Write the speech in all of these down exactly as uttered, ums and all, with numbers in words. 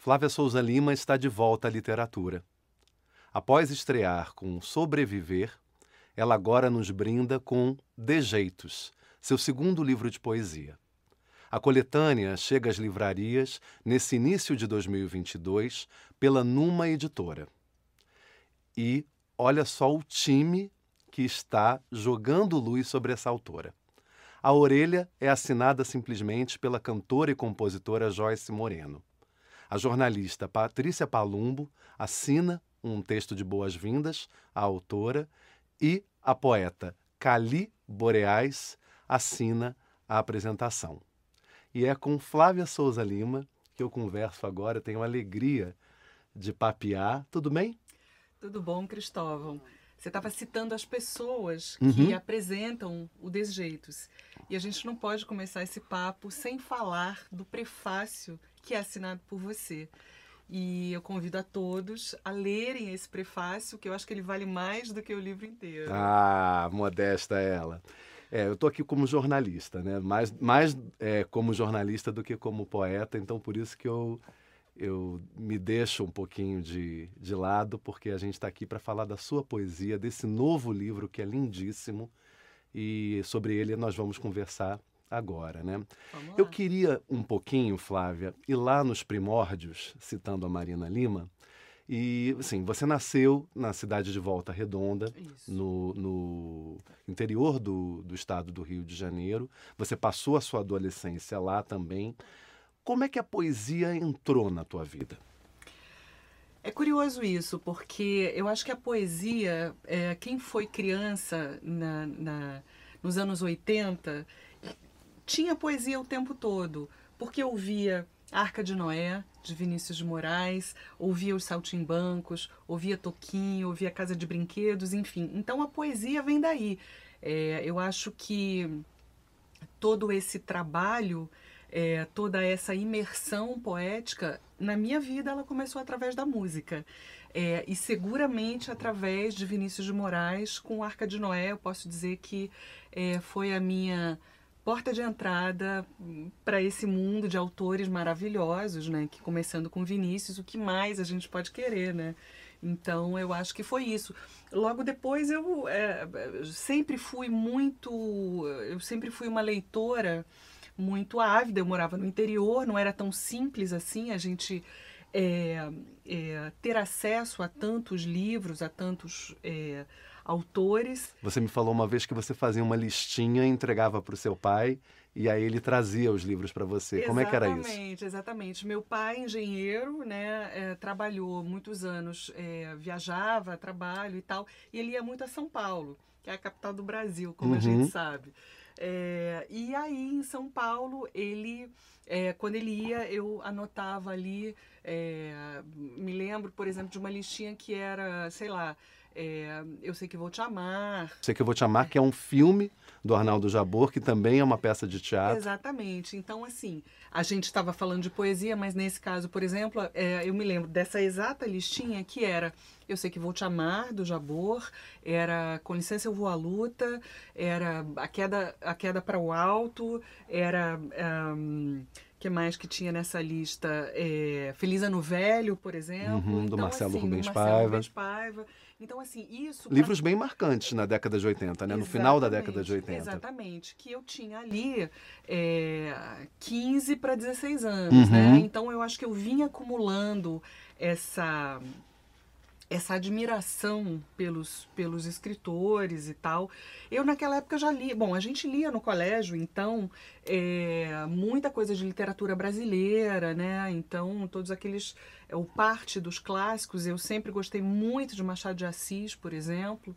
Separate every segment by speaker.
Speaker 1: Flávia Souza Lima está de volta à literatura. Após estrear com Sobreviver, ela agora nos brinda com Dejeitos, seu segundo livro de poesia. A coletânea chega às livrarias nesse início de dois mil e vinte e dois pela Numa Editora. E olha só o time que está jogando luz sobre essa autora. A orelha é assinada simplesmente pela cantora e compositora Joyce Moreno. A jornalista Patrícia Palumbo assina um texto de boas-vindas à autora e a poeta Cali Boreais assina a apresentação. E é com Flávia Souza Lima que eu converso agora, tenho a alegria de papear. Tudo bem?
Speaker 2: Tudo bom, Cristóvão. Você estava citando as pessoas
Speaker 1: Uhum.
Speaker 2: que apresentam o Dejeitos. E a gente não pode começar esse papo sem falar do prefácio que é assinado por você. E eu convido a todos a lerem esse prefácio, que eu acho que ele vale mais do que o livro inteiro.
Speaker 1: Ah, modesta ela. É, eu estou aqui como jornalista, né? Mais, mais é, como jornalista do que como poeta, então por isso que eu, eu me deixo um pouquinho de, de lado, porque a gente está aqui para falar da sua poesia, desse novo livro que é lindíssimo, e sobre ele nós vamos conversar agora, né?
Speaker 2: Vamos lá.
Speaker 1: Eu queria um pouquinho, Flávia, ir lá nos primórdios, citando a Marina Lima, e, assim, você nasceu na cidade de Volta Redonda,
Speaker 2: Isso.
Speaker 1: no, no interior do, do estado do Rio de Janeiro. Você passou a sua adolescência lá também. Como é que a poesia entrou na tua vida?
Speaker 2: É curioso isso, porque eu acho que a poesia, é, quem foi criança na, na, nos anos oitenta, tinha poesia o tempo todo, porque ouvia Arca de Noé, de Vinícius de Moraes, ouvia os Saltimbancos, ouvia Toquinho, ouvia Casa de Brinquedos, enfim. Então a poesia vem daí. É, eu acho que todo esse trabalho, é, toda essa imersão poética, na minha vida ela começou através da música. É, e seguramente através de Vinícius de Moraes, com Arca de Noé, eu posso dizer que é, foi a minha porta de entrada para esse mundo de autores maravilhosos, né? Que começando com Vinícius, o que mais a gente pode querer, né? Então eu acho que foi isso. Logo depois eu é, sempre fui muito, eu sempre fui uma leitora muito ávida. Eu morava no interior, não era tão simples assim a gente é, é, ter acesso a tantos livros, a tantos é, autores.
Speaker 1: Você me falou uma vez que você fazia uma listinha e entregava para o seu pai, e aí ele trazia os livros para você. Como é que era isso?
Speaker 2: Exatamente, exatamente. Meu pai, engenheiro, né, é, trabalhou muitos anos, é, viajava a trabalho e tal, e ele ia muito a São Paulo, que é a capital do Brasil, como
Speaker 1: Uhum.
Speaker 2: a gente sabe. É, e aí, em São Paulo, ele, é, quando ele ia, eu anotava ali, é, me lembro, por exemplo, de uma listinha que era, sei lá, é, Eu Sei Que Vou Te Amar.
Speaker 1: Sei Que Eu Vou Te Amar, que é um filme do Arnaldo Jabor, que também é uma peça de teatro.
Speaker 2: Exatamente. Então, assim, a gente estava falando de poesia, mas nesse caso, por exemplo, é, eu me lembro dessa exata listinha que era Eu Sei Que Vou Te Amar, do Jabor, era Com Licença Eu Vou à Luta, era A Queda, a queda para o Alto, era... Um, que mais que tinha nessa lista? É, Feliz Ano Velho, por exemplo.
Speaker 1: Uhum, do
Speaker 2: então,
Speaker 1: Marcelo
Speaker 2: assim,
Speaker 1: Rubens
Speaker 2: do Marcelo
Speaker 1: Paiva.
Speaker 2: Rubens Paiva. Então, assim, isso...
Speaker 1: Livros
Speaker 2: pra...
Speaker 1: bem marcantes na década de oitenta, né? No final da década de
Speaker 2: Exatamente,
Speaker 1: oitenta.
Speaker 2: Exatamente, que eu tinha ali é, quinze para dezesseis anos,
Speaker 1: Uhum.
Speaker 2: né? Então eu acho que eu vim acumulando essa, essa admiração pelos, pelos escritores e tal. Eu naquela época já li, bom, a gente lia no colégio, então, é, muita coisa de literatura brasileira, né? Então, todos aqueles, ou parte dos clássicos, eu sempre gostei muito de Machado de Assis, por exemplo.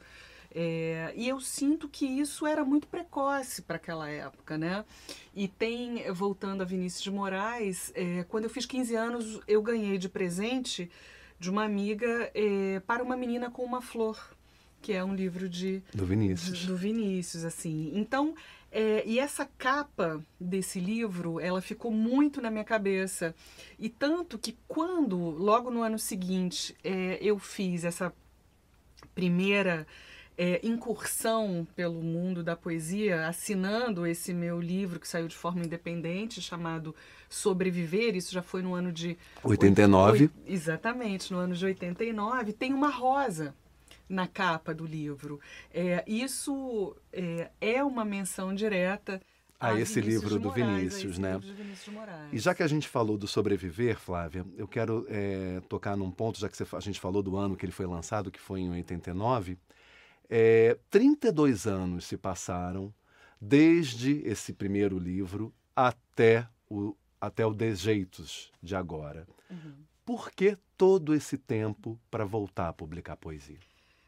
Speaker 2: É, e eu sinto que isso era muito precoce para aquela época, né? E tem, voltando a Vinícius de Moraes, é, quando eu fiz quinze anos, eu ganhei de presente de uma amiga é, Para uma Menina com uma Flor, que é um livro de
Speaker 1: Do Vinícius.
Speaker 2: de- do Vinícius, assim. Então, é, e essa capa desse livro, ela ficou muito na minha cabeça. E tanto que quando, logo no ano seguinte, é, eu fiz essa primeira é, incursão pelo mundo da poesia, assinando esse meu livro que saiu de forma independente, chamado Sobreviver. Isso já foi no ano de...
Speaker 1: oitenta e nove.
Speaker 2: Oit, exatamente, no ano de oitenta e nove. Tem uma rosa na capa do livro. É, isso é, é uma menção direta
Speaker 1: a esse livro do Vinícius, né? E já que a gente falou do Sobreviver, Flávia, eu quero é, tocar num ponto, já que você, a gente falou do ano que ele foi lançado, que foi em oitenta e nove. É, trinta e dois anos se passaram desde esse primeiro livro até o, até o Desjeitos de agora. Uhum. Por que todo esse tempo para voltar a publicar poesia?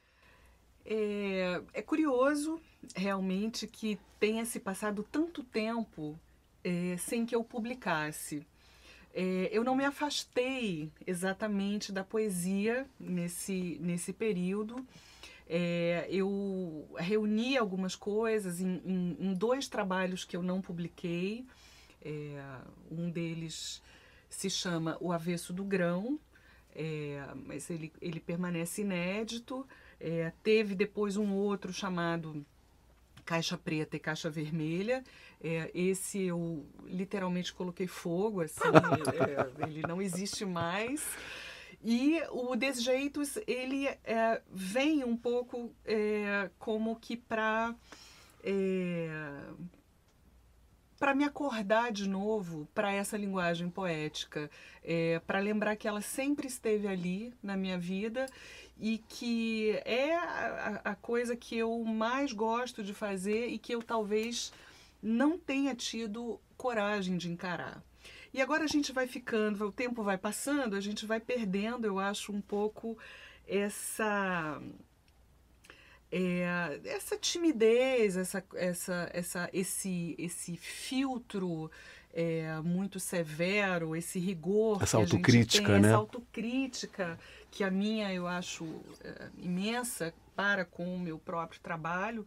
Speaker 2: É, é curioso, realmente, que tenha se passado tanto tempo é, sem que eu publicasse. É, eu não me afastei exatamente da poesia nesse, nesse período. É, eu reuni algumas coisas em, em, em dois trabalhos que eu não publiquei. É, um deles se chama O Avesso do Grão, é, mas ele, ele permanece inédito. É, teve depois um outro chamado Caixa Preta e Caixa Vermelha. É, esse eu literalmente coloquei fogo, assim, é, ele não existe mais. E o Desjeitos, ele é, vem um pouco é, como que para é, para me acordar de novo para essa linguagem poética, é, para lembrar que ela sempre esteve ali na minha vida e que é a, a coisa que eu mais gosto de fazer e que eu talvez não tenha tido coragem de encarar. E agora a gente vai ficando, o tempo vai passando, a gente vai perdendo, eu acho, um pouco essa... É, essa timidez, essa, essa, essa, esse, esse filtro é, muito severo, esse rigor,
Speaker 1: essa
Speaker 2: que
Speaker 1: autocrítica,
Speaker 2: a gente tem,
Speaker 1: né?
Speaker 2: Essa autocrítica que a minha eu acho é, imensa para com o meu próprio trabalho.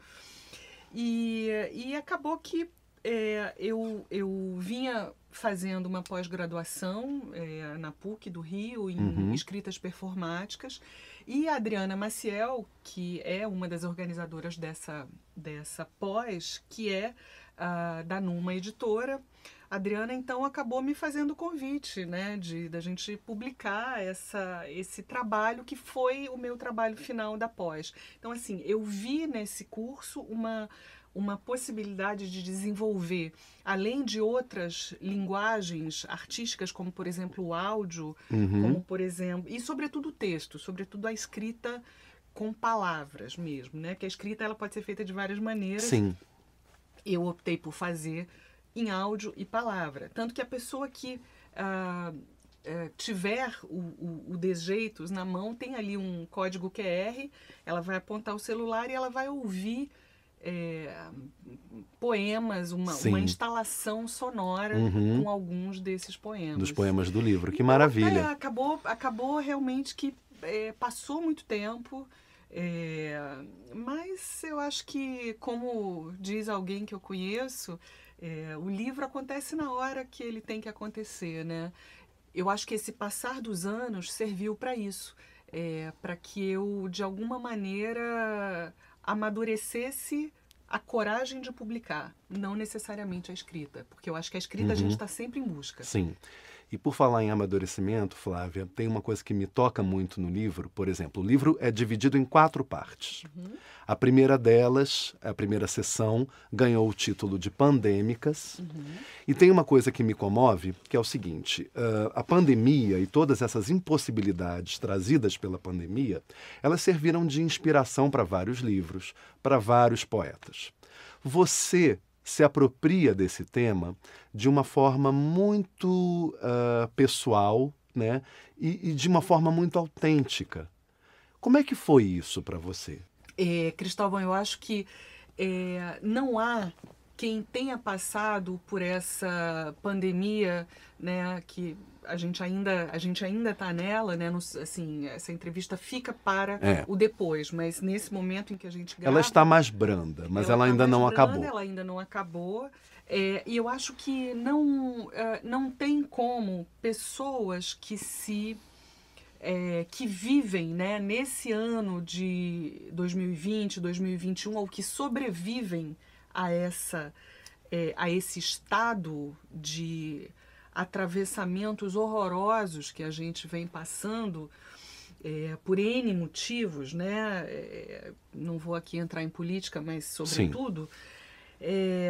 Speaker 2: E, e acabou que é, eu, eu vinha fazendo uma pós-graduação é, na PUC do Rio em uhum. escritas performáticas. E a Adriana Maciel, que é uma das organizadoras dessa, dessa pós, que é a, da Numa Editora, a Adriana, então, acabou me fazendo o convite, né, de da gente publicar essa, esse trabalho, que foi o meu trabalho final da pós. Então, assim, eu vi nesse curso uma... uma possibilidade de desenvolver, além de outras linguagens artísticas, como, por exemplo, o áudio, uhum. como, por exemplo, e, sobretudo, o texto, sobretudo a escrita com palavras mesmo, né? Porque a escrita ela pode ser feita de várias maneiras.
Speaker 1: Sim.
Speaker 2: Eu optei por fazer em áudio e palavra. Tanto que a pessoa que ah, eh, tiver o, o, o Desjeitos na mão, tem ali um código Q R, ela vai apontar o celular e ela vai ouvir É, poemas, uma, uma instalação sonora uhum. com alguns desses poemas.
Speaker 1: Dos poemas do livro, que
Speaker 2: então,
Speaker 1: maravilha.
Speaker 2: É, acabou, acabou realmente que é, passou muito tempo, é, mas eu acho que, como diz alguém que eu conheço, é, o livro acontece na hora que ele tem que acontecer, né? Eu acho que esse passar dos anos serviu para isso, é, para que eu, de alguma maneira, amadurecesse a coragem de publicar, não necessariamente a escrita, porque eu acho que a escrita uhum. a gente está sempre em busca.
Speaker 1: Sim. E por falar em amadurecimento, Flávia, tem uma coisa que me toca muito no livro. Por exemplo, o livro é dividido em quatro partes. Uhum. A primeira delas, a primeira sessão, ganhou o título de Pandêmicas. Uhum. E tem uma coisa que me comove, que é o seguinte, uh, a pandemia e todas essas impossibilidades trazidas pela pandemia, elas serviram de inspiração para vários livros, para vários poetas. Você se apropria desse tema de uma forma muito uh, pessoal, né? E, e de uma forma muito autêntica. Como é que foi isso para você?
Speaker 2: É, Cristóvão, eu acho que é, não há quem tenha passado por essa pandemia, né, que a gente ainda a gente ainda está nela, né, no, assim, essa entrevista fica para é. o depois, mas nesse momento em que a gente grava,
Speaker 1: ela está mais branda, mas ela, ela ainda não branda, acabou.
Speaker 2: Ela ainda não acabou. É, e eu acho que não, uh, não tem como pessoas que se é, que vivem, né, nesse ano de dois mil e vinte, dois mil e vinte e um, ou que sobrevivem a, essa, é, a esse estado de atravessamentos horrorosos que a gente vem passando, é, por N motivos, né? É, não vou aqui entrar em política, mas sobretudo, é,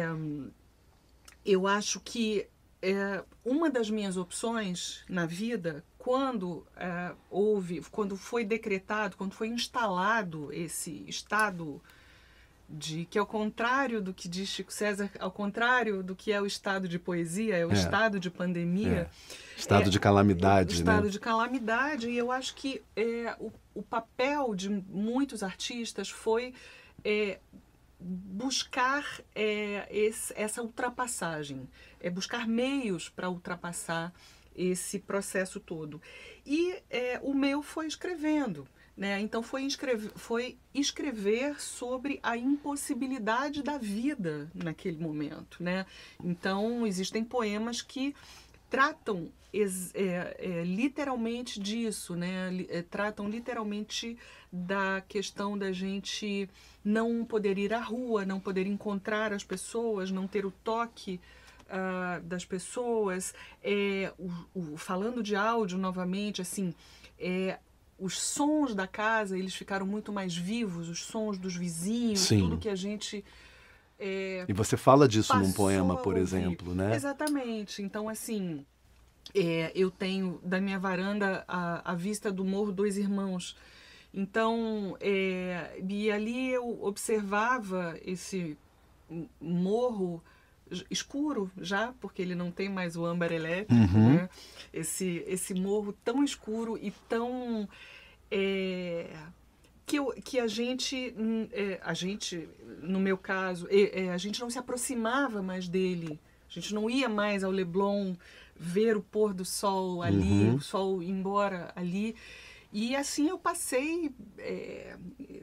Speaker 2: eu acho que é, uma das minhas opções na vida, quando é, houve, quando foi decretado, quando foi instalado esse estado de que, ao contrário do que diz Chico César, ao contrário do que é o estado de poesia, é o
Speaker 1: É.
Speaker 2: estado de pandemia.
Speaker 1: É. Estado
Speaker 2: é,
Speaker 1: de calamidade,
Speaker 2: o estado
Speaker 1: né?
Speaker 2: de calamidade. E eu acho que é, o, o papel de muitos artistas foi é, buscar é, esse, essa ultrapassagem, é buscar meios para ultrapassar esse processo todo. E é, o meu foi escrevendo. Né? Então foi escrever, foi escrever sobre a impossibilidade da vida naquele momento. Né? Então existem poemas que tratam ex, é, é, literalmente disso, né? É, tratam literalmente da questão da gente não poder ir à rua, não poder encontrar as pessoas, não ter o toque uh, das pessoas. É, o, o, falando de áudio novamente, assim, é, os sons da casa, eles ficaram muito mais vivos, os sons dos vizinhos,
Speaker 1: Sim.
Speaker 2: tudo que a gente é,
Speaker 1: E você fala disso num
Speaker 2: passou
Speaker 1: poema,
Speaker 2: a
Speaker 1: por
Speaker 2: ouvir.
Speaker 1: exemplo, né?
Speaker 2: Exatamente. Então, assim, é, eu tenho da minha varanda a, a vista do Morro Dois Irmãos. Então, é, e ali eu observava esse morro escuro já, porque ele não tem mais o âmbar elétrico,
Speaker 1: Uhum.
Speaker 2: né? Esse, esse morro tão escuro e tão... É, que, eu, que a gente, é, a gente, no meu caso, é, é, a gente não se aproximava mais dele. A gente não ia mais ao Leblon ver o pôr do sol ali,
Speaker 1: Uhum.
Speaker 2: o sol ir embora ali. E assim eu passei... É,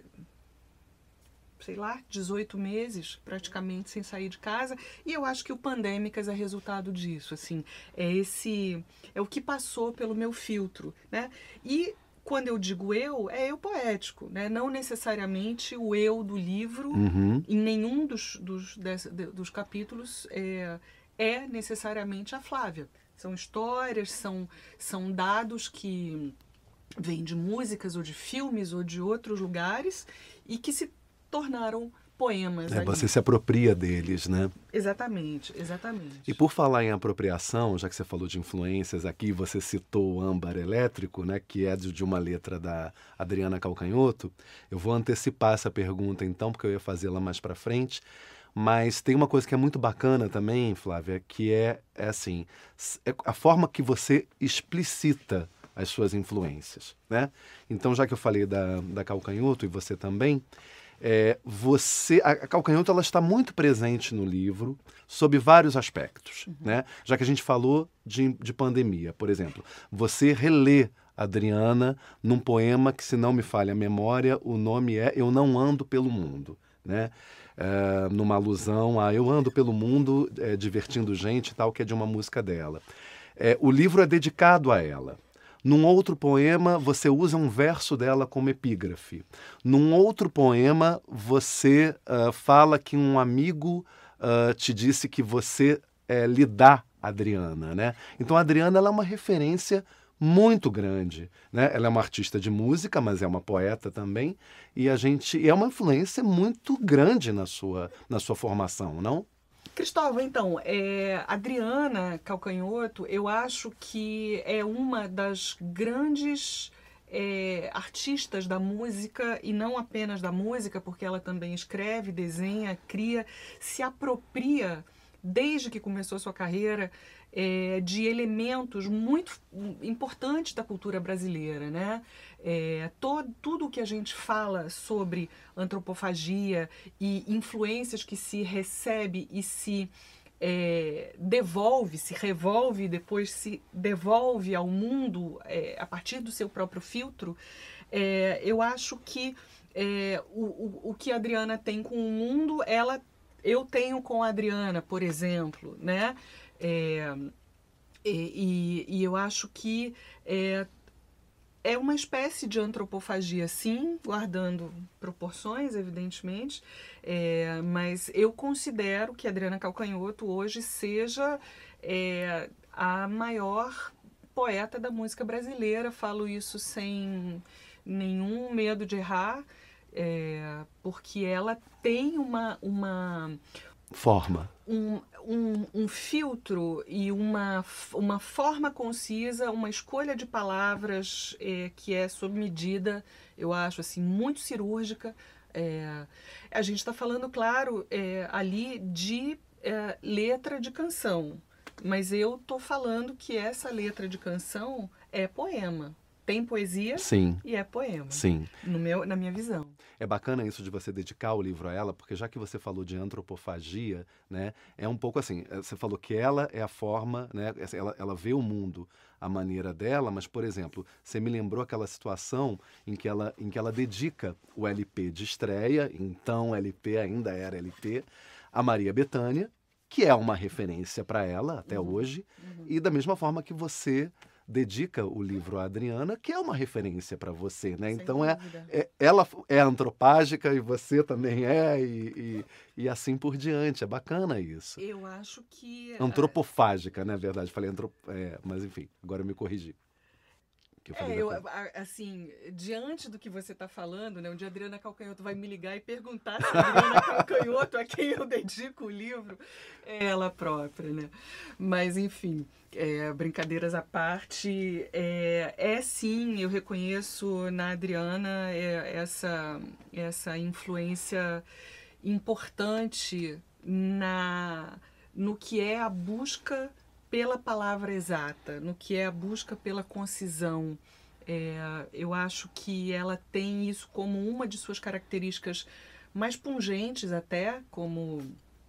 Speaker 2: sei lá, dezoito meses praticamente sem sair de casa, e eu acho que o Pandêmicas é resultado disso, assim, é esse, é o que passou pelo meu filtro, né? E quando eu digo eu, é eu poético, né? Não necessariamente o eu do livro,
Speaker 1: Uhum.
Speaker 2: em nenhum dos, dos, des, dos capítulos é, é necessariamente a Flávia. São histórias, são, são dados que vêm de músicas ou de filmes ou de outros lugares e que se tornaram poemas.
Speaker 1: É,
Speaker 2: ali.
Speaker 1: você se apropria deles, né?
Speaker 2: Exatamente, exatamente.
Speaker 1: E por falar em apropriação, já que você falou de influências aqui, você citou o âmbar elétrico, né, que é de uma letra da Adriana Calcanhoto. Eu vou antecipar essa pergunta então, porque eu ia fazê-la mais para frente. Mas tem uma coisa que é muito bacana também, Flávia, que é, é assim, é a forma que você explicita as suas influências, né? Então, já que eu falei da, da Calcanhoto, e você também, é, você, a, a Calcanhoto ela está muito presente no livro, sob vários aspectos, uhum. né? Já que a gente falou de, de pandemia, por exemplo, você relê Adriana num poema que, se não me falha a memória, o nome é Eu Não Ando Pelo Mundo, né? É, numa alusão a Eu Ando Pelo Mundo, é, divertindo gente e tal, que é de uma música dela. É, o livro é dedicado a ela. Num outro poema, você usa um verso dela como epígrafe. Num outro poema, você uh, fala que um amigo uh, te disse que você uh, lhe dá Adriana, né? Então, a Adriana ela é uma referência muito grande, né? Ela é uma artista de música, mas é uma poeta também, e a gente é uma influência muito grande na sua, na sua formação, não?
Speaker 2: Cristóvão, então, é, Adriana Calcanhoto, eu acho que é uma das grandes é, artistas da música, e não apenas da música, porque ela também escreve, desenha, cria, se apropria, desde que começou sua carreira, é, de elementos muito importantes da cultura brasileira, né? É, todo, tudo que a gente fala sobre antropofagia e influências que se recebe e se é, devolve, se revolve e depois se devolve ao mundo é, a partir do seu próprio filtro, é, eu acho que é, o, o, o que a Adriana tem com o mundo, ela, eu tenho com a Adriana, por exemplo, né? É, e, e, e eu acho que é, é uma espécie de antropofagia, sim, guardando proporções, evidentemente, é, mas eu considero que Adriana Calcanhoto hoje seja é, a maior poeta da música brasileira. Falo isso sem nenhum medo de errar, é, porque ela tem uma, uma
Speaker 1: forma.
Speaker 2: Um, um, um filtro e uma, uma forma concisa, uma escolha de palavras é, que é sob medida, eu acho, assim, muito cirúrgica. É, a gente está falando, claro, é, ali de é, letra de canção, mas eu estou falando que essa letra de canção é poema. Tem poesia
Speaker 1: Sim.
Speaker 2: e é poema,
Speaker 1: Sim.
Speaker 2: no meu, na minha visão.
Speaker 1: É bacana isso de você dedicar o livro a ela, porque já que você falou de antropofagia, né, é um pouco assim, você falou que ela é a forma, né, ela, ela vê o mundo à maneira dela, mas, por exemplo, você me lembrou aquela situação em que ela, em que ela dedica o L P de estreia, então L P ainda era L P, a Maria Bethânia, que é uma referência para ela até
Speaker 2: Uhum.
Speaker 1: hoje,
Speaker 2: Uhum.
Speaker 1: e da mesma forma que você dedica o livro à Adriana, que é uma referência para você, né?
Speaker 2: Sem
Speaker 1: Então é,
Speaker 2: dúvida.
Speaker 1: é, ela é antropágica e você também é, e, e, e assim por diante. É bacana isso.
Speaker 2: Eu acho que...
Speaker 1: Antropofágica, né? Na verdade, falei antrop... É, mas enfim, agora eu me corrigi. Que eu falei
Speaker 2: É,
Speaker 1: da
Speaker 2: eu,
Speaker 1: coisa.
Speaker 2: a- assim, diante do que você está falando, né? Um dia a Adriana Calcanhoto vai me ligar e perguntar se a Adriana Calcanhoto, a quem eu dedico o livro, é ela própria, né? Mas, enfim, é, brincadeiras à parte, é, é sim, eu reconheço na Adriana é, essa, essa influência importante na, no que é a busca pela palavra exata, no que é a busca pela concisão. É, eu acho que ela tem isso como uma de suas características mais pungentes até, como,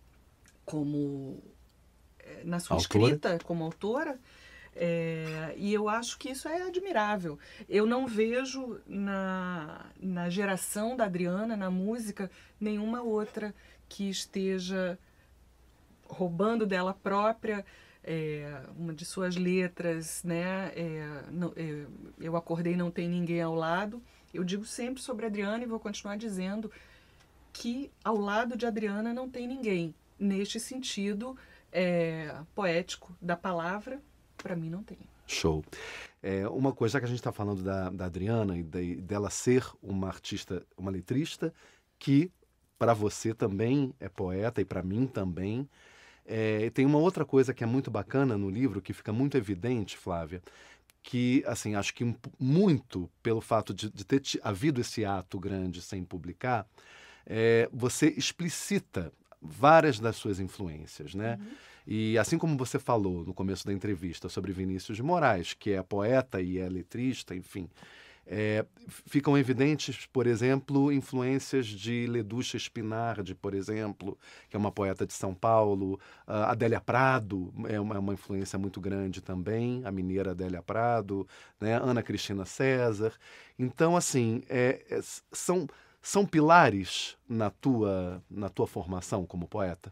Speaker 2: como é, na sua
Speaker 1: Autora.
Speaker 2: escrita, como autora. É, e eu acho que isso é admirável. Eu não vejo na, na geração da Adriana, na música, nenhuma outra que esteja roubando dela própria é, uma de suas letras, né? É, não, é, eu acordei, não tem ninguém ao lado. Eu digo sempre sobre a Adriana e vou continuar dizendo que ao lado de Adriana não tem ninguém. Neste sentido é, poético da palavra, para mim não tem.
Speaker 1: Show. É, uma coisa, já que a gente está falando da, da Adriana e de, dela ser uma artista, uma letrista, que para você também é poeta e para mim também. É, tem uma outra coisa que é muito bacana no livro, que fica muito evidente, Flávia, que, assim, acho que muito pelo fato de, de ter havido esse ato grande sem publicar, é, você explicita várias das suas influências, né?
Speaker 2: Uhum.
Speaker 1: E assim como você falou no começo da entrevista sobre Vinícius de Moraes, que é poeta e é letrista, enfim, é, ficam evidentes, por exemplo, influências de Leducha Spinardi, por exemplo, que é uma poeta de São Paulo. Uh, Adélia Prado é uma, é uma influência muito grande também, a mineira Adélia Prado, né? Ana Cristina César. Então, assim, é, é, são, são pilares na tua, na tua formação como poeta?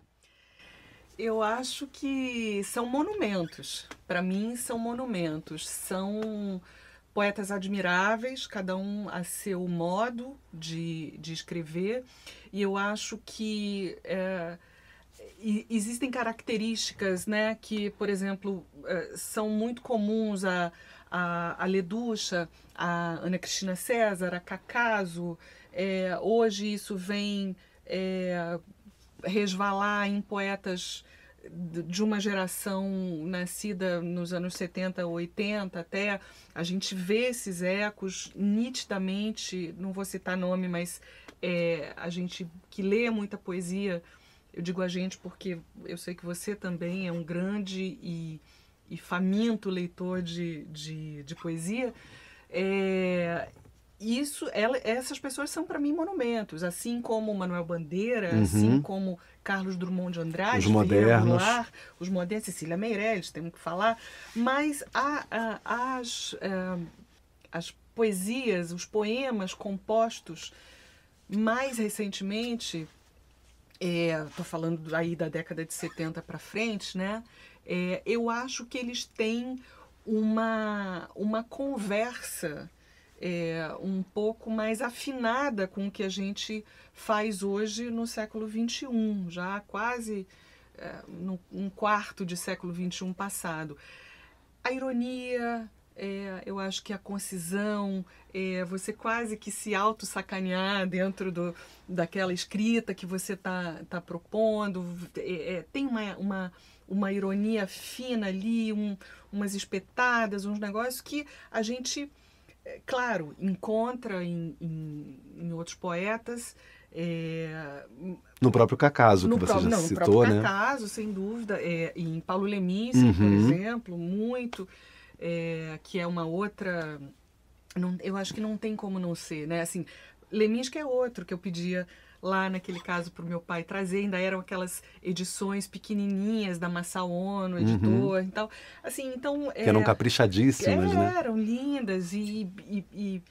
Speaker 2: Eu acho que são monumentos. Para mim, são monumentos. São poetas admiráveis, cada um a seu modo de, de escrever. E eu acho que é, existem características, né, que, por exemplo, é, são muito comuns a, a, a Leducha, a Ana Cristina César, a Cacaso. É, hoje isso vem é, resvalar em poetas de uma geração nascida nos anos setenta, oitenta até, a gente vê esses ecos nitidamente, não vou citar nome, mas é, a gente que lê muita poesia, eu digo a gente porque eu sei que você também é um grande e, e faminto leitor de, de, de poesia, é, isso, ela, essas pessoas são para mim monumentos, assim como Manuel Bandeira,
Speaker 1: Uhum.
Speaker 2: assim como Carlos Drummond de Andrade,
Speaker 1: os modernos,
Speaker 2: Goulart, os modernos, Cecília Meirelles, temos que falar, mas a, a, as, a, as poesias, os poemas compostos mais recentemente, estou é, falando aí da década de setenta para frente, né? É, eu acho que eles têm uma, uma conversa é, um pouco mais afinada com o que a gente faz hoje no século vinte e um, já quase é, no, um quarto de século vinte e um passado. A ironia, é, eu acho que a concisão, é, você quase que se auto-sacanear dentro do, daquela escrita que você está tá propondo, é, é, tem uma, uma, uma ironia fina ali, um, umas espetadas, uns negócios que a gente, é, claro, encontra em, em, em outros poetas. É,
Speaker 1: no próprio Cacaso,
Speaker 2: no
Speaker 1: que você
Speaker 2: pró-
Speaker 1: já
Speaker 2: não, no
Speaker 1: citou,
Speaker 2: próprio
Speaker 1: né?
Speaker 2: Cacaso, sem dúvida, é, em Paulo Leminski, por
Speaker 1: Uhum.
Speaker 2: exemplo, muito, é, que é uma outra, não, eu acho que não tem como não ser, né? Assim, Leminski é outro que eu pedia lá naquele caso para o meu pai trazer, ainda eram aquelas edições pequenininhas da Massal Ono, editor, e tal. Assim, então,
Speaker 1: Que eram
Speaker 2: é,
Speaker 1: caprichadíssimas, né?
Speaker 2: eram lindas e, e, e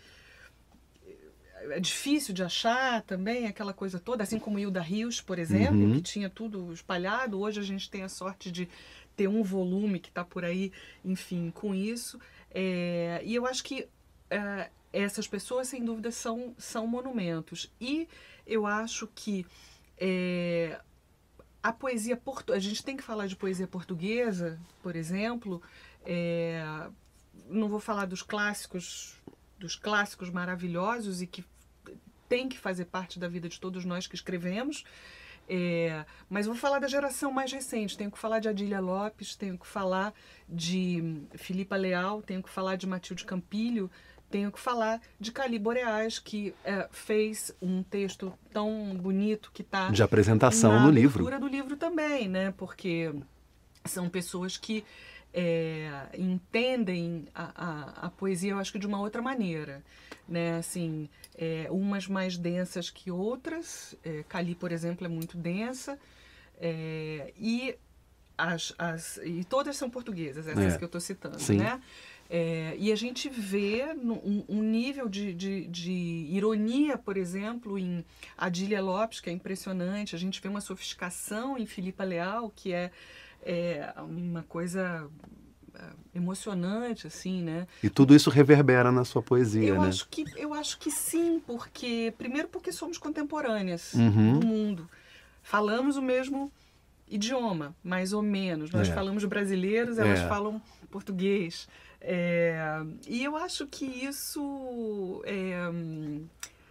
Speaker 2: é difícil de achar também, aquela coisa toda, assim como Hilda Rios, por exemplo,
Speaker 1: Uhum.
Speaker 2: que tinha tudo espalhado. Hoje a gente tem a sorte de ter um volume que está por aí, enfim, com isso. É, e eu acho que é, essas pessoas, sem dúvida, são, são monumentos. E eu acho que é, a poesia portuguesa, a gente tem que falar de poesia portuguesa, por exemplo, é, não vou falar dos clássicos, dos clássicos maravilhosos e que tem que fazer parte da vida de todos nós que escrevemos, é, mas vou falar da geração mais recente. Tenho que falar de Adília Lopes, tenho que falar de Filipa Leal, tenho que falar de Matilde Campilho, tenho que falar de Cali Boreais, que é, fez um texto tão bonito que está
Speaker 1: De apresentação
Speaker 2: na
Speaker 1: no
Speaker 2: abertura
Speaker 1: livro.
Speaker 2: do livro também, né? Porque são pessoas que é, entendem a, a, a poesia, eu acho que de uma outra maneira, né? Assim, é, umas mais densas que outras. É, Cali, por exemplo, é muito densa. É, e, as, as, e todas são portuguesas, essas
Speaker 1: É,
Speaker 2: que eu estou citando,
Speaker 1: sim.
Speaker 2: né? É, e a gente vê no- um, um nível de, de, de ironia, por exemplo, em Adília Lopes, que é impressionante. A gente vê uma sofisticação em Filipa Leal, que é, é uma coisa é, emocionante, assim, né?
Speaker 1: E tudo isso reverbera na sua poesia,
Speaker 2: Eu
Speaker 1: né?
Speaker 2: acho que, eu acho que sim, porque primeiro porque somos contemporâneas
Speaker 1: Uhum.
Speaker 2: do mundo. Falamos o mesmo idioma, mais ou menos. Nós
Speaker 1: É.
Speaker 2: falamos brasileiros, elas
Speaker 1: É.
Speaker 2: falam português. É, e eu acho que isso é, hum,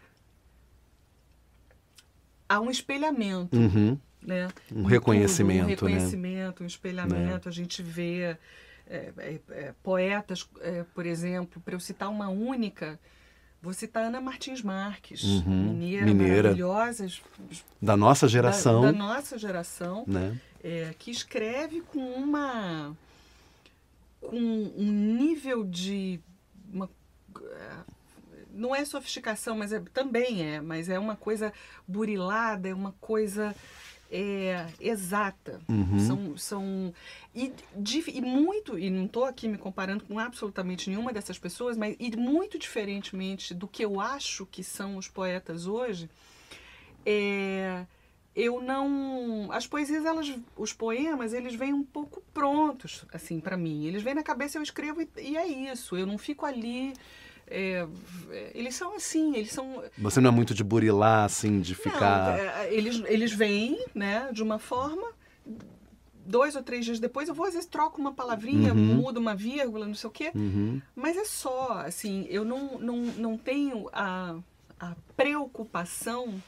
Speaker 2: há um espelhamento,
Speaker 1: Uhum.
Speaker 2: né?
Speaker 1: Um
Speaker 2: em
Speaker 1: reconhecimento,
Speaker 2: tudo, um
Speaker 1: né?
Speaker 2: reconhecimento, um espelhamento. A gente vê é, é, é, poetas, é, por exemplo, para eu citar uma única, vou citar Ana Martins Marques,
Speaker 1: Uhum.
Speaker 2: mineira,
Speaker 1: Mineira.
Speaker 2: maravilhosa,
Speaker 1: Da nossa
Speaker 2: da,
Speaker 1: geração,
Speaker 2: da nossa geração,
Speaker 1: né?
Speaker 2: é, que escreve com uma com um nível de uma, não é sofisticação, mas é, também é, mas é uma coisa burilada, é uma coisa é, exata.
Speaker 1: Uhum.
Speaker 2: São, são e, de, e muito, e não estou aqui me comparando com absolutamente nenhuma dessas pessoas, mas e muito diferentemente do que eu acho que são os poetas hoje, é, eu não, as poesias, elas, os poemas, eles vêm um pouco prontos, assim, para mim. Eles vêm na cabeça, eu escrevo e, e é isso. Eu não fico ali. É, eles são assim, eles são.
Speaker 1: Você não é muito de burilar, assim, de
Speaker 2: Não,
Speaker 1: ficar...
Speaker 2: é, eles, eles vêm, né, de uma forma. Dois ou três dias depois, eu vou às vezes troco uma palavrinha,
Speaker 1: Uhum.
Speaker 2: mudo uma vírgula, não sei o quê.
Speaker 1: Uhum.
Speaker 2: Mas é só, assim, eu não, não, não tenho a, a preocupação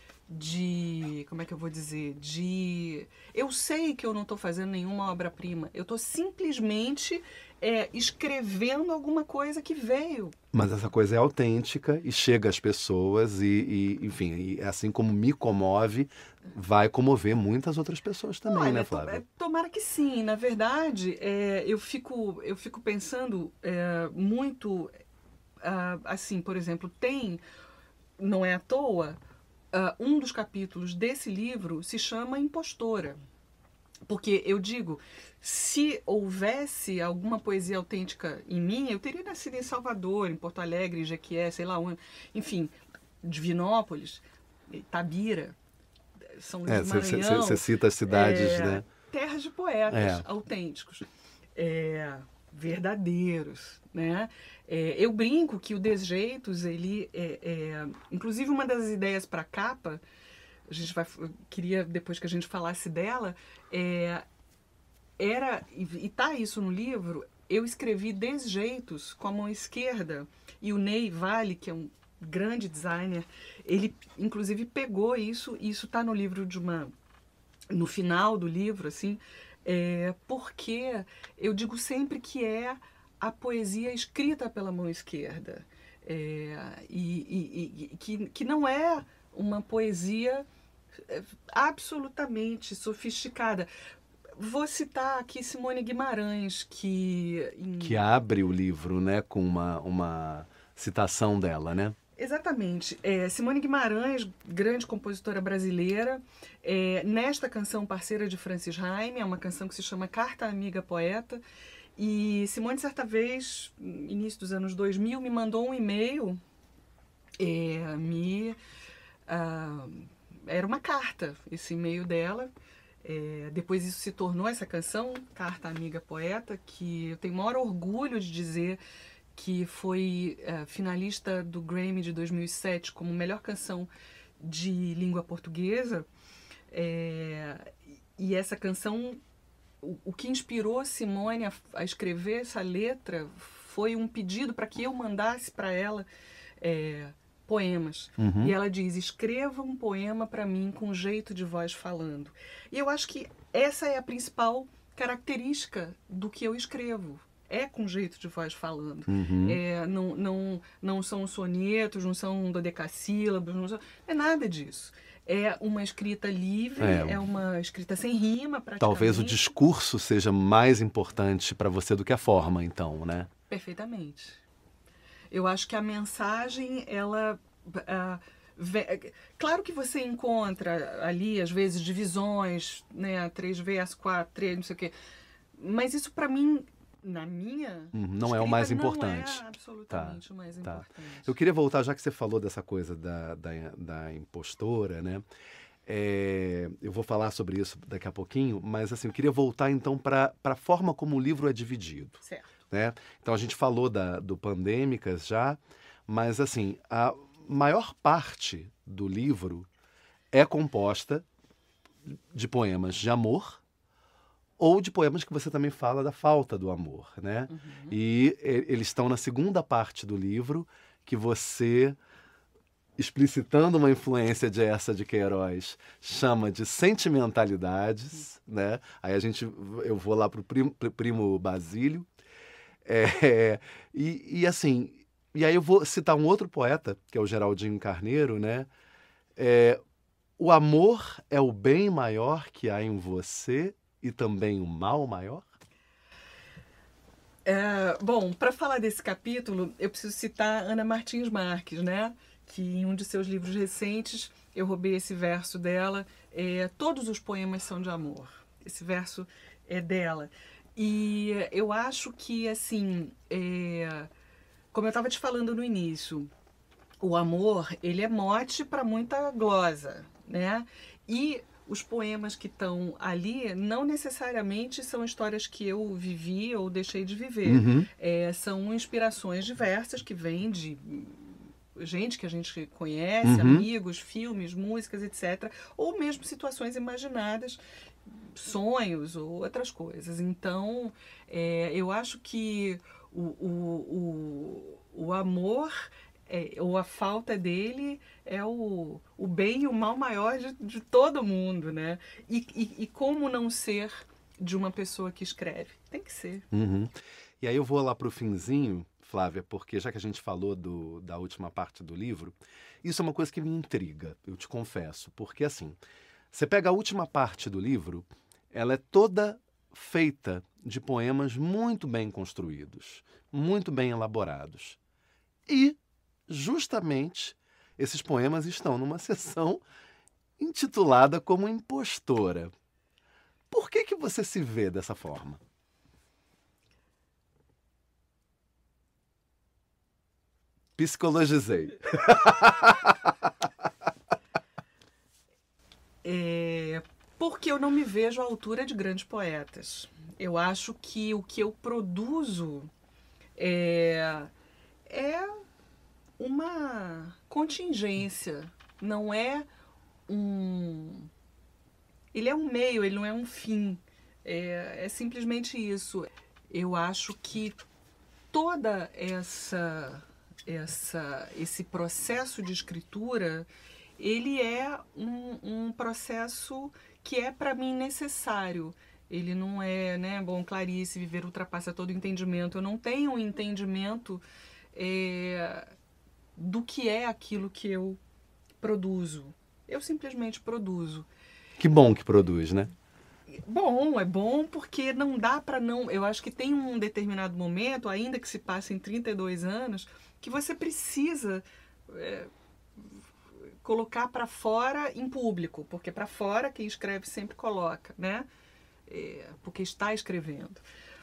Speaker 2: de, como é que eu vou dizer, de, eu sei que eu não estou fazendo nenhuma obra-prima, eu estou simplesmente é, escrevendo alguma coisa que veio.
Speaker 1: Mas essa coisa é autêntica e chega às pessoas e, e, enfim, e assim como me comove, vai comover muitas outras pessoas também,
Speaker 2: Olha,
Speaker 1: né,
Speaker 2: to-
Speaker 1: Flávia?
Speaker 2: é, tomara que sim. Na verdade, é, eu, fico, eu fico pensando é, muito, ah, assim, por exemplo, tem, não é à toa, ah, um dos capítulos desse livro se chama Impostora. Porque eu digo, se houvesse alguma poesia autêntica em mim, eu teria nascido em Salvador, em Porto Alegre, em Jequié, sei lá onde, enfim, Divinópolis, Itabira, São Luís
Speaker 1: É,
Speaker 2: do
Speaker 1: você
Speaker 2: Maranhão.
Speaker 1: cita as cidades,
Speaker 2: é,
Speaker 1: né?
Speaker 2: Terras de poetas
Speaker 1: É.
Speaker 2: autênticos, é, verdadeiros, né? É, eu brinco que o Desjeitos, ele é, é inclusive uma das ideias para a capa, a gente vai, queria depois que a gente falasse dela, é, era, e tá isso no livro, eu escrevi Desjeitos com a mão esquerda, e o Ney Vale, que é um grande designer, ele inclusive pegou isso, e isso tá no livro de uma, no final do livro, assim, é, porque eu digo sempre que é a poesia escrita pela mão esquerda, é, e, e, e que, que não é uma poesia absolutamente sofisticada. Vou citar aqui Simone Guimarães, que... Em...
Speaker 1: Que abre o livro, né, com uma, uma citação dela, né?
Speaker 2: Exatamente. É, Simone Guimarães, grande compositora brasileira, é, nesta canção parceira de Francis Raime, é uma canção que se chama Carta Amiga Poeta, e Simone, certa vez, início dos anos dois mil, me mandou um e-mail, é, me, uh, era uma carta, esse e-mail dela. É, depois isso se tornou essa canção, Carta Amiga Poeta, que eu tenho o maior orgulho de dizer que foi uh, finalista do Grammy de dois mil e sete como melhor canção de língua portuguesa. É, e essa canção, o, o que inspirou Simone a, a escrever essa letra foi um pedido para que eu mandasse para ela é, poemas.
Speaker 1: Uhum.
Speaker 2: E ela diz, escreva um poema para mim com jeito de voz falando. E eu acho que essa é a principal característica do que eu escrevo. É com jeito de voz falando.
Speaker 1: Uhum.
Speaker 2: É, não, não, não são sonetos, não são dodecassílabos, não, são, não é nada disso. É uma escrita livre, é, é uma escrita sem rima, praticamente.
Speaker 1: Talvez o discurso seja mais importante para você do que a forma, então, né?
Speaker 2: Perfeitamente. Eu acho que a mensagem, ela... Uh, ve... Claro que você encontra ali, às vezes, divisões, né? Três versos, quatro, três, não sei o quê. Mas isso, para mim, na minha...
Speaker 1: Uhum, não é o mais importante.
Speaker 2: Não é absolutamente tá, o mais
Speaker 1: tá.
Speaker 2: importante.
Speaker 1: Eu queria voltar, já que você falou dessa coisa da, da, da impostora, né? É, eu vou falar sobre isso daqui a pouquinho, mas assim, eu queria voltar então para a forma como o livro é dividido.
Speaker 2: Certo.
Speaker 1: Né? Então a gente falou da, do Pandêmicas já, mas assim, a maior parte do livro é composta de poemas de amor ou de poemas que você também fala da falta do amor, né?
Speaker 2: Uhum.
Speaker 1: E eles estão na segunda parte do livro, que você, explicitando uma influência de essa de Queiroz, chama de sentimentalidades, uhum. né? Aí a gente, eu vou lá para o primo, primo Basílio. É, e, e assim, e aí eu vou citar um outro poeta, que é o Geraldinho Carneiro, né? É, o amor é o bem maior que há em você e também o mal maior?
Speaker 2: É, bom, para falar desse capítulo, eu preciso citar Ana Martins Marques, né? Que em um de seus livros recentes, eu roubei esse verso dela. É, todos os poemas são de amor. Esse verso é dela. E eu acho que, assim, é, como eu estava te falando no início, o amor, ele é mote para muita glosa, né? E os poemas que estão ali não necessariamente são histórias que eu vivi ou deixei de viver.
Speaker 1: Uhum.
Speaker 2: É, são inspirações diversas que vêm de gente que a gente conhece,
Speaker 1: uhum.
Speaker 2: amigos, filmes, músicas, etcétera. Ou mesmo situações imaginadas, sonhos ou outras coisas. Então, é, eu acho que o, o, o, o amor, é, ou a falta dele, é o, o bem e o mal maior de, de todo mundo, né? E, e, e como não ser de uma pessoa que escreve? Tem que ser.
Speaker 1: Uhum. E aí eu vou lá para o finzinho, Flávia, porque já que a gente falou do, da última parte do livro, isso é uma coisa que me intriga, eu te confesso, porque assim, você pega a última parte do livro, ela é toda feita de poemas muito bem construídos, muito bem elaborados. E, justamente, esses poemas estão numa seção intitulada como Impostora. Por que que você se vê dessa forma? Psicologizei.
Speaker 2: É, porque eu não me vejo à altura de grandes poetas. Eu acho que o que eu produzo é, é uma contingência, não é um... Ele é um meio, ele não é um fim. É, é simplesmente isso. Eu acho que toda essa, essa, esse processo de escritura, ele é um, um processo que é, para mim, necessário. Ele não é, né, bom, Clarice, viver ultrapassa todo entendimento. Eu não tenho um entendimento é, do que é aquilo que eu produzo. Eu simplesmente produzo.
Speaker 1: Que bom que produz, né?
Speaker 2: Bom, é bom porque não dá para não... Eu acho que tem um determinado momento, ainda que se passe em trinta e dois anos, que você precisa é, colocar para fora em público, porque para fora quem escreve sempre coloca, né? É, porque está escrevendo.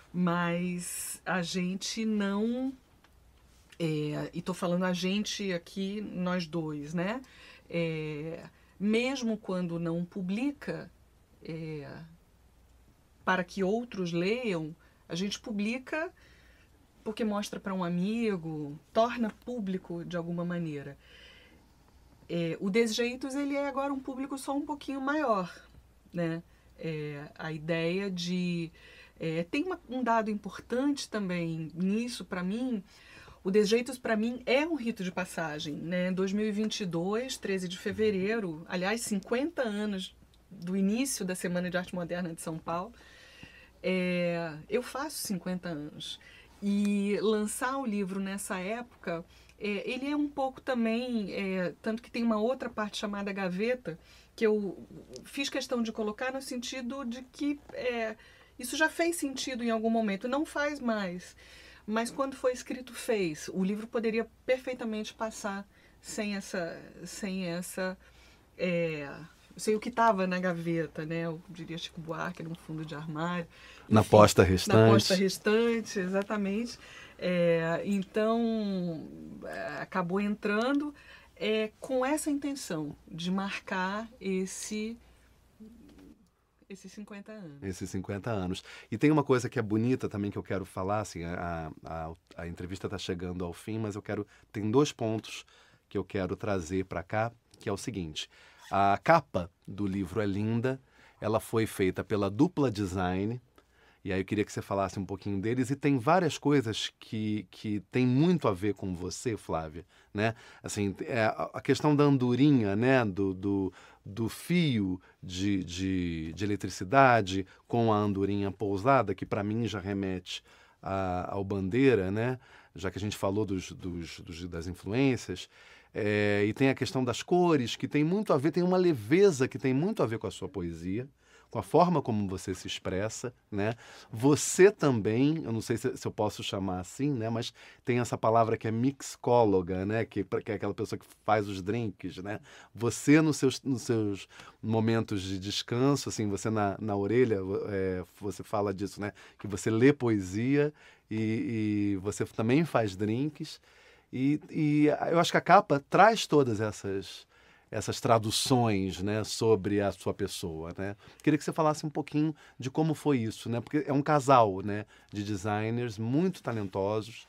Speaker 2: Mas a gente não... É, e estou falando a gente aqui, nós dois, né? É, mesmo quando não publica, é, para que outros leiam, a gente publica porque mostra para um amigo, torna público de alguma maneira. É, o Desjeitos, ele é agora um público só um pouquinho maior, né? É, a ideia de... É, tem uma, um dado importante também nisso para mim. O Desjeitos, para mim, é um rito de passagem, né? dois mil e vinte e dois, treze de fevereiro, aliás, cinquenta anos do início da Semana de Arte Moderna de São Paulo. É, eu faço cinquenta anos. E lançar o livro nessa época, é, ele é um pouco também... É, tanto que tem uma outra parte chamada Gaveta, que eu fiz questão de colocar no sentido de que é, isso já fez sentido em algum momento. Não faz mais. Mas quando foi escrito, fez. O livro poderia perfeitamente passar sem essa... Sem essa é, sem o que estava na gaveta, né? Eu diria Chico Buarque, num fundo de armário. Enfim,
Speaker 1: na posta restante.
Speaker 2: Na posta restante, exatamente. É, então, acabou entrando é, com essa intenção de marcar esse... Esses cinquenta anos.
Speaker 1: Esses cinquenta anos. E tem uma coisa que é bonita também que eu quero falar, assim, a, a, a entrevista está chegando ao fim, mas eu quero... Tem dois pontos que eu quero trazer para cá, que é o seguinte. A capa do livro é linda, ela foi feita pela Dupla Design, e aí eu queria que você falasse um pouquinho deles, e tem várias coisas que, que tem muito a ver com você, Flávia, né? Assim, é, a questão da andorinha, né? Do... do do fio de, de, de eletricidade com a andorinha pousada, que para mim já remete a, ao Bandeira, né? Já que a gente falou dos, dos, dos, das influências. É, e tem a questão das cores, que tem muito a ver, tem uma leveza que tem muito a ver com a sua poesia, com a forma como você se expressa, né? Você também, eu não sei se, se eu posso chamar assim, né? Mas tem essa palavra que é mixcóloga, né? Que, que é aquela pessoa que faz os drinks, né? Você, nos seus, nos seus momentos de descanso, assim, você na, na orelha, é, você fala disso, né? Que você lê poesia e, e você também faz drinks. E, e eu acho que a capa traz todas essas... essas traduções, né, sobre a sua pessoa, né? Queria que você falasse um pouquinho de como foi isso, né? Porque é um casal, né, de designers muito talentosos.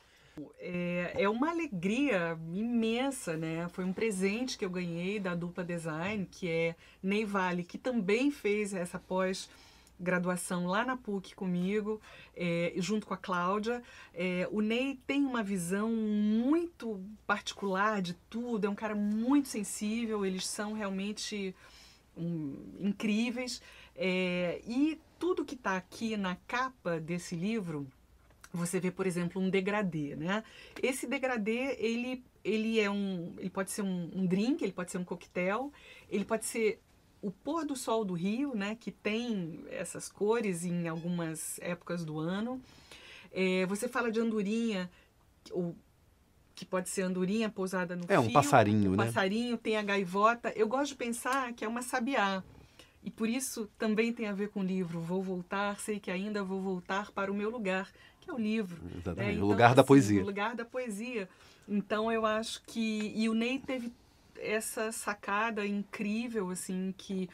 Speaker 2: É, é uma alegria imensa, né? Foi um presente que eu ganhei da Dupla Design, que é Ney Vale, que também fez essa pós-graduação lá na P U C comigo, é, junto com a Cláudia. É, o Ney tem uma visão muito particular de tudo, é um cara muito sensível, eles são realmente um, incríveis. É, e tudo que está aqui na capa desse livro, você vê, por exemplo, um degradê, né? Esse degradê, ele, ele, é um, ele pode ser um, um drink, ele pode ser um coquetel, ele pode ser o pôr do sol do Rio, né? Que tem essas cores em algumas épocas do ano. É, você fala de andorinha, ou que pode ser andorinha pousada no fio.
Speaker 1: É um passarinho,
Speaker 2: um
Speaker 1: né?
Speaker 2: passarinho, tem a gaivota. Eu gosto de pensar que é uma sabiá. E por isso também tem a ver com o livro. Vou voltar, sei que ainda vou voltar para o meu lugar, que é o livro.
Speaker 1: Exatamente,
Speaker 2: né? Então,
Speaker 1: o lugar
Speaker 2: assim,
Speaker 1: da poesia.
Speaker 2: O lugar da poesia. Então eu acho que... E o Ney teve essa sacada incrível, assim, que...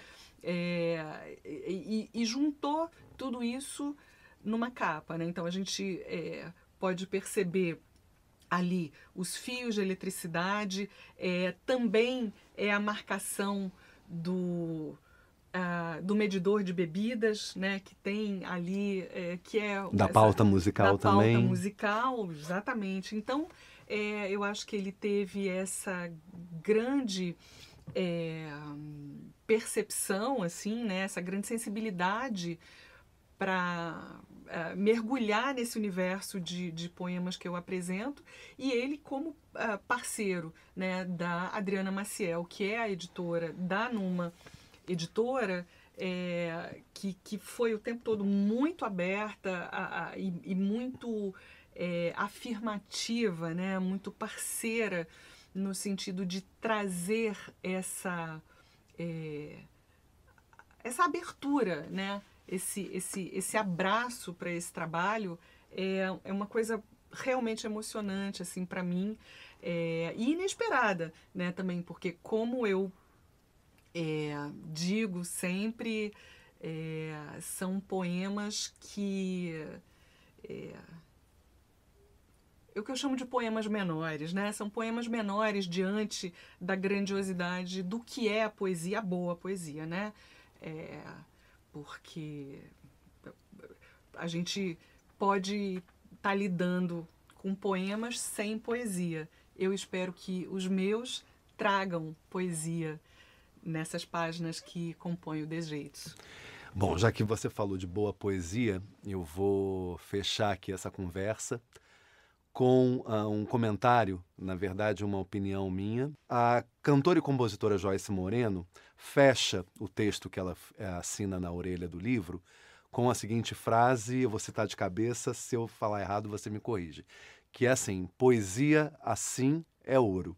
Speaker 2: É, e, e juntou tudo isso numa capa, né? Então a gente é, pode perceber ali os fios de eletricidade, é, também é a marcação do, uh, do medidor de bebidas, né, que tem ali, é, que é...
Speaker 1: Da
Speaker 2: essa,
Speaker 1: pauta musical
Speaker 2: da pauta
Speaker 1: também.
Speaker 2: musical, exatamente. Então, é, eu acho que ele teve essa grande... É, percepção, assim, né, essa grande sensibilidade para uh, mergulhar nesse universo de, de poemas que eu apresento, e ele como uh, parceiro, né, da Adriana Maciel, que é a editora da Numa Editora, é, que, que foi o tempo todo muito aberta a, a, e, e muito é, afirmativa, né, muito parceira no sentido de trazer essa, é, essa abertura, né? esse, esse, esse abraço para esse trabalho é, é uma coisa realmente emocionante assim, para mim, é, e inesperada, né? Também, porque como eu é, digo sempre, é, são poemas que... É, o que eu chamo de poemas menores, né? São poemas menores diante da grandiosidade do que é a poesia, a boa poesia, né? É, porque a gente pode estar tá lidando com poemas sem poesia. Eu espero que os meus tragam poesia nessas páginas que compõem o Desjeitos.
Speaker 1: Bom, já que você falou de boa poesia, eu vou fechar aqui essa conversa com uh, um comentário, na verdade uma opinião minha. A cantora e compositora Joyce Moreno fecha o texto que ela uh, assina na orelha do livro com a seguinte frase, eu vou citar de cabeça, se eu falar errado você me corrige, que é assim: poesia assim é ouro.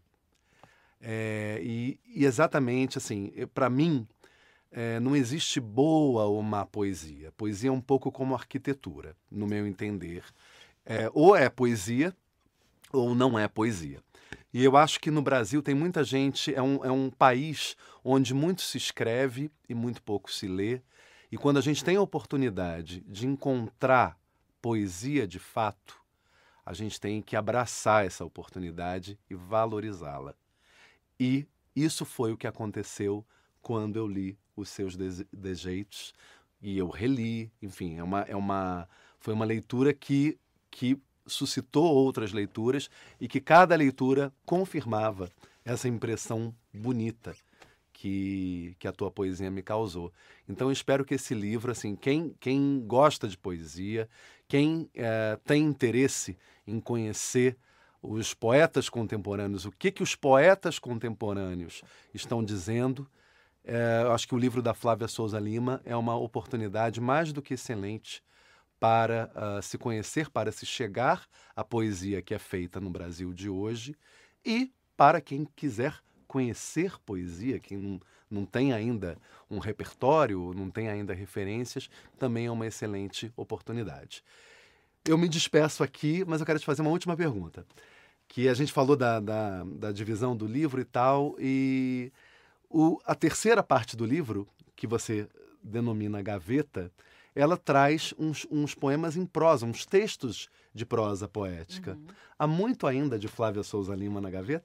Speaker 1: É, e, e exatamente assim, para mim, é, não existe boa ou má poesia. Poesia é um pouco como arquitetura, no meu entender. É, ou é poesia ou não é poesia. E eu acho que no Brasil tem muita gente, é um, é um país onde muito se escreve e muito pouco se lê. E quando a gente tem a oportunidade de encontrar poesia de fato, a gente tem que abraçar essa oportunidade e valorizá-la. E isso foi o que aconteceu quando eu li Os Seus Desjeitos, e eu reli, enfim, é uma, é uma, foi uma leitura que, que suscitou outras leituras e que cada leitura confirmava essa impressão bonita que, que a tua poesia me causou. Então eu espero que esse livro, assim, quem, quem gosta de poesia, quem é, tem interesse em conhecer os poetas contemporâneos, o que, que os poetas contemporâneos estão dizendo, é, eu acho que o livro da Flávia Souza Lima é uma oportunidade mais do que excelente para uh, se conhecer, para se chegar à poesia que é feita no Brasil de hoje, e para quem quiser conhecer poesia, quem não, não tem ainda um repertório, não tem ainda referências, também é uma excelente oportunidade. Eu me despeço aqui, mas eu quero te fazer uma última pergunta, que a gente falou da, da, da divisão do livro e tal, e o, a terceira parte do livro, que você denomina Gaveta, ela traz uns, uns poemas em prosa, uns textos de prosa poética. Uhum. Há muito ainda de Flávia Souza Lima na gaveta?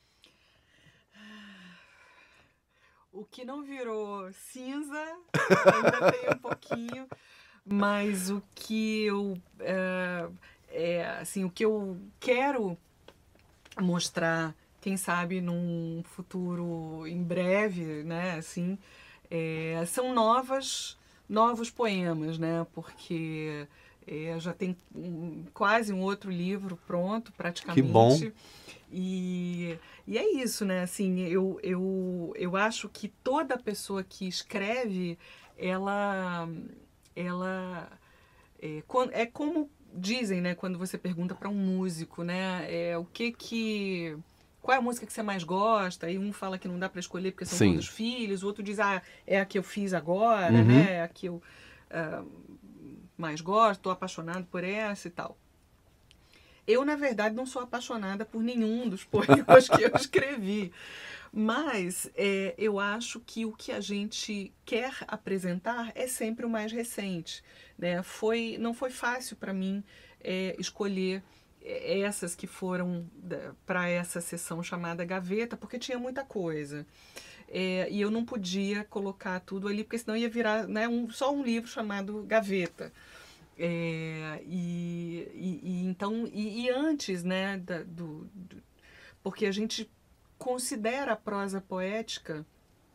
Speaker 2: O que não virou cinza, ainda tem um pouquinho, mas o que eu é, é, assim, o que eu quero mostrar, quem sabe num futuro em breve, né, assim, é, são novas novos poemas, né? Porque é, já tem um, quase um outro livro pronto, praticamente.
Speaker 1: Que bom!
Speaker 2: E, e é isso, né? Assim, eu, eu, eu acho que toda pessoa que escreve, ela, ela é, é como dizem, né? Quando você pergunta para um músico, né? É, o que que... Qual é a música que você mais gosta? E um fala que não dá para escolher porque são Sim. todos filhos, o outro diz, ah, é a que eu fiz agora, uhum. né? É a que eu uh, mais gosto, estou apaixonado por essa e tal. Eu, na verdade, não sou apaixonada por nenhum dos poemas que eu escrevi. Mas é, eu acho que o que a gente quer apresentar é sempre o mais recente, né? Foi, não foi fácil para mim é, escolher essas que foram para essa sessão chamada Gaveta, porque tinha muita coisa. É, e eu não podia colocar tudo ali, porque senão ia virar, né, um, só um livro chamado Gaveta. É, e, e, e então e, e antes, né, da, do, do, porque a gente considera a prosa poética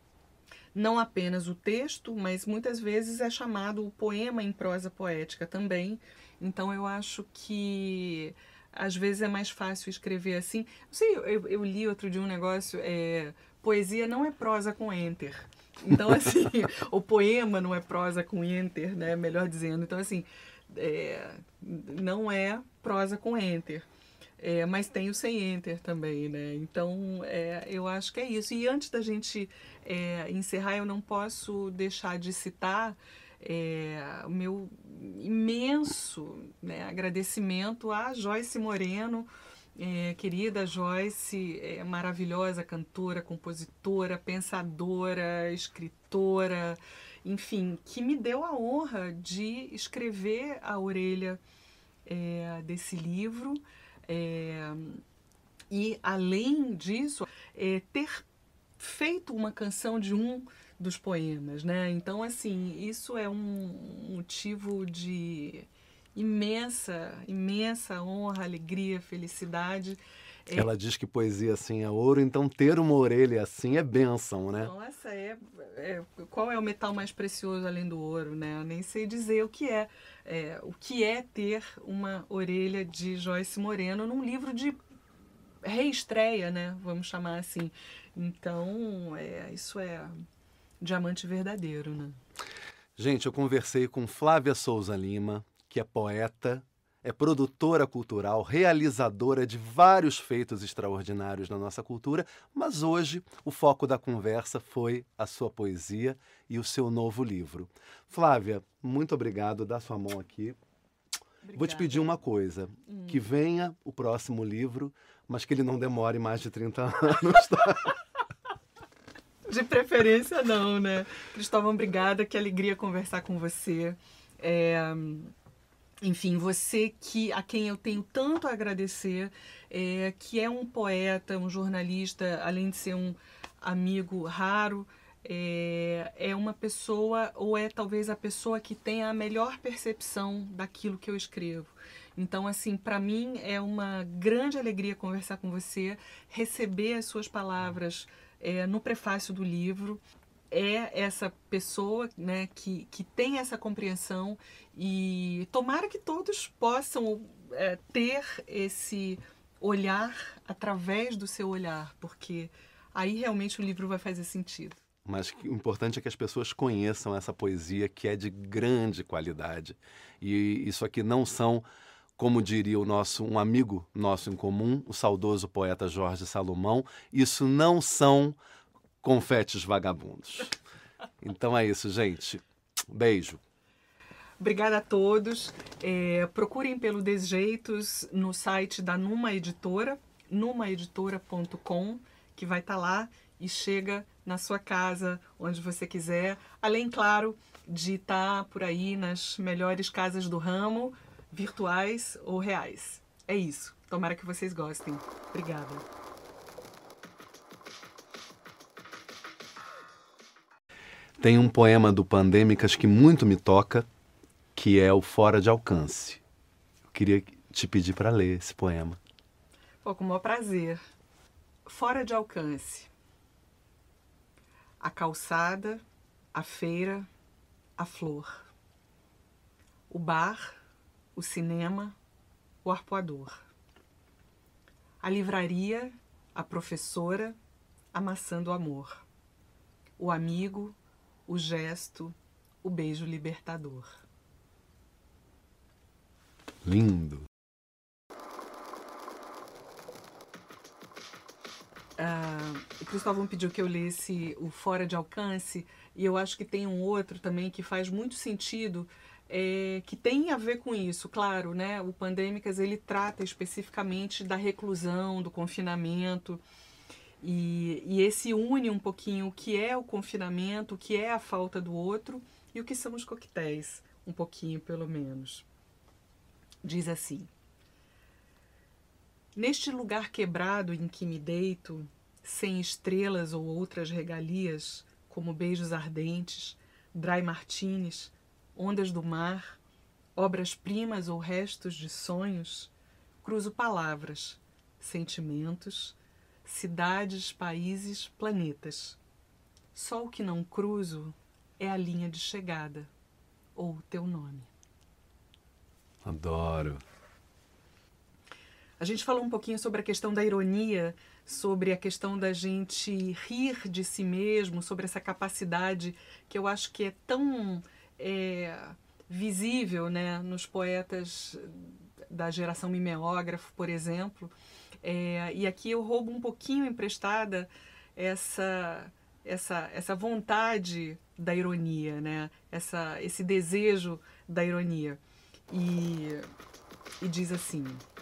Speaker 2: não apenas o texto, mas muitas vezes é chamado o poema em prosa poética também. Então eu acho que às vezes é mais fácil escrever assim. Não sei, eu, eu li outro dia um negócio, é, poesia não é prosa com enter. Então, assim, o poema não é prosa com enter, né? Melhor dizendo. Então, assim, é, não é prosa com enter. É, mas tem o sem enter também, né? Então, é, eu acho que é isso. E antes da gente é, encerrar, eu não posso deixar de citar é, o meu imenso, né, agradecimento à Joyce Moreno, é, querida Joyce, é, maravilhosa cantora, compositora, pensadora, escritora, enfim, que me deu a honra de escrever a orelha é, desse livro. É, e, além disso, é, ter feito uma canção de um dos poemas, né? Então, assim, isso é um motivo de imensa, imensa honra, alegria, felicidade. É,
Speaker 1: Ela diz que poesia assim é ouro, então ter uma orelha assim é bênção, né?
Speaker 2: nossa, é, é, qual é o metal mais precioso além do ouro, né? Eu nem sei dizer o que é. É, o que é ter uma orelha de Joyce Moreno num livro de reestreia, né? Vamos chamar assim. Então, é, isso é diamante verdadeiro, né?
Speaker 1: Gente, eu conversei com Flávia Souza Lima, que é poeta, é produtora cultural, realizadora de vários feitos extraordinários na nossa cultura, mas hoje o foco da conversa foi a sua poesia e o seu novo livro. Flávia, muito obrigado, dá sua mão aqui.
Speaker 2: Obrigada.
Speaker 1: Vou te pedir uma coisa, hum. que venha o próximo livro, mas que ele não demore mais de trinta anos, tá?
Speaker 2: De preferência não, né? Cristóvão, obrigada, que alegria conversar com você. É... Enfim, você que, a quem eu tenho tanto a agradecer, é, que é um poeta, um jornalista, além de ser um amigo raro, é, é uma pessoa, ou é talvez a pessoa que tem a melhor percepção daquilo que eu escrevo. Então, assim, para mim é uma grande alegria conversar com você, receber as suas palavras é, no prefácio do livro. É essa pessoa, né, que, que tem essa compreensão, e tomara que todos possam é, ter esse olhar através do seu olhar, porque aí realmente o livro vai fazer sentido.
Speaker 1: Mas o importante é que as pessoas conheçam essa poesia, que é de grande qualidade. E isso aqui não são, como diria o nosso, um amigo nosso em comum, o saudoso poeta Jorge Salomão, isso não são confetes vagabundos. Então é isso, gente. Beijo.
Speaker 2: Obrigada a todos. É, procurem pelo Desjeitos no site da Numa Editora, numa editora ponto com, que vai estar lá e chega na sua casa, onde você quiser. Além, claro, de estar por aí nas melhores casas do ramo, virtuais ou reais. É isso. Tomara que vocês gostem. Obrigada.
Speaker 1: Tem um poema do Pandêmicas que muito me toca, que é o Fora de Alcance. Eu queria te pedir para ler esse poema.
Speaker 2: Pô, com o maior prazer. Fora de Alcance. A calçada, a feira, a flor. O bar, o cinema, o arpoador. A livraria, a professora, amassando o amor. O amigo, o gesto, o beijo libertador.
Speaker 1: Lindo.
Speaker 2: Ah, o Cristóvão pediu que eu lesse o Fora de Alcance, e eu acho que tem um outro também que faz muito sentido, é, que tem a ver com isso, claro, né? O Pandêmicas, ele trata especificamente da reclusão, do confinamento, e, e esse une um pouquinho o que é o confinamento, o que é a falta do outro e o que são os coquetéis, um pouquinho pelo menos. Diz assim: Neste lugar quebrado em que me deito, sem estrelas ou outras regalias, como beijos ardentes, dry martinis, ondas do mar, obras-primas ou restos de sonhos, cruzo palavras, sentimentos, cidades, países, planetas. Só o que não cruzo é a linha de chegada, ou o teu nome.
Speaker 1: Adoro.
Speaker 2: A gente falou um pouquinho sobre a questão da ironia, sobre a questão da gente rir de si mesmo, sobre essa capacidade que eu acho que é tão é, visível, né, nos poetas da geração mimeógrafo, por exemplo. É, e aqui eu roubo um pouquinho emprestada essa, essa, essa vontade da ironia, né? essa, esse desejo da ironia. E, e diz assim: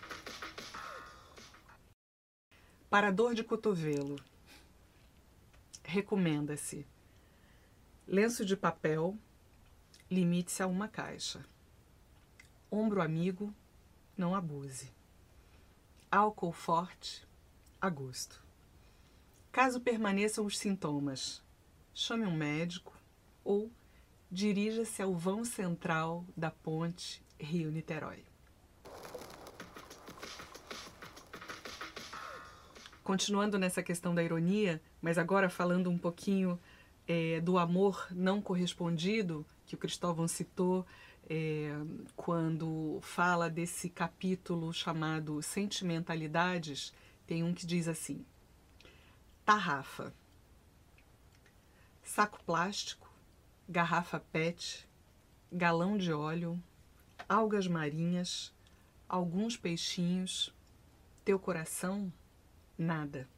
Speaker 2: para dor de cotovelo, recomenda-se lenço de papel, limite-se a uma caixa. Ombro amigo, não abuse. Álcool forte, a gosto. Caso permaneçam os sintomas, chame um médico ou dirija-se ao vão central da ponte Rio-Niterói. Continuando nessa questão da ironia, mas agora falando um pouquinho é, do amor não correspondido, que o Cristóvão citou é, quando fala desse capítulo chamado Sentimentalidades, tem um que diz assim: tarrafa, saco plástico, garrafa pet, galão de óleo, algas marinhas, alguns peixinhos, teu coração, nada.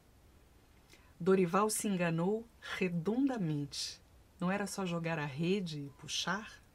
Speaker 2: Dorival se enganou redondamente. Não era só jogar a rede e puxar?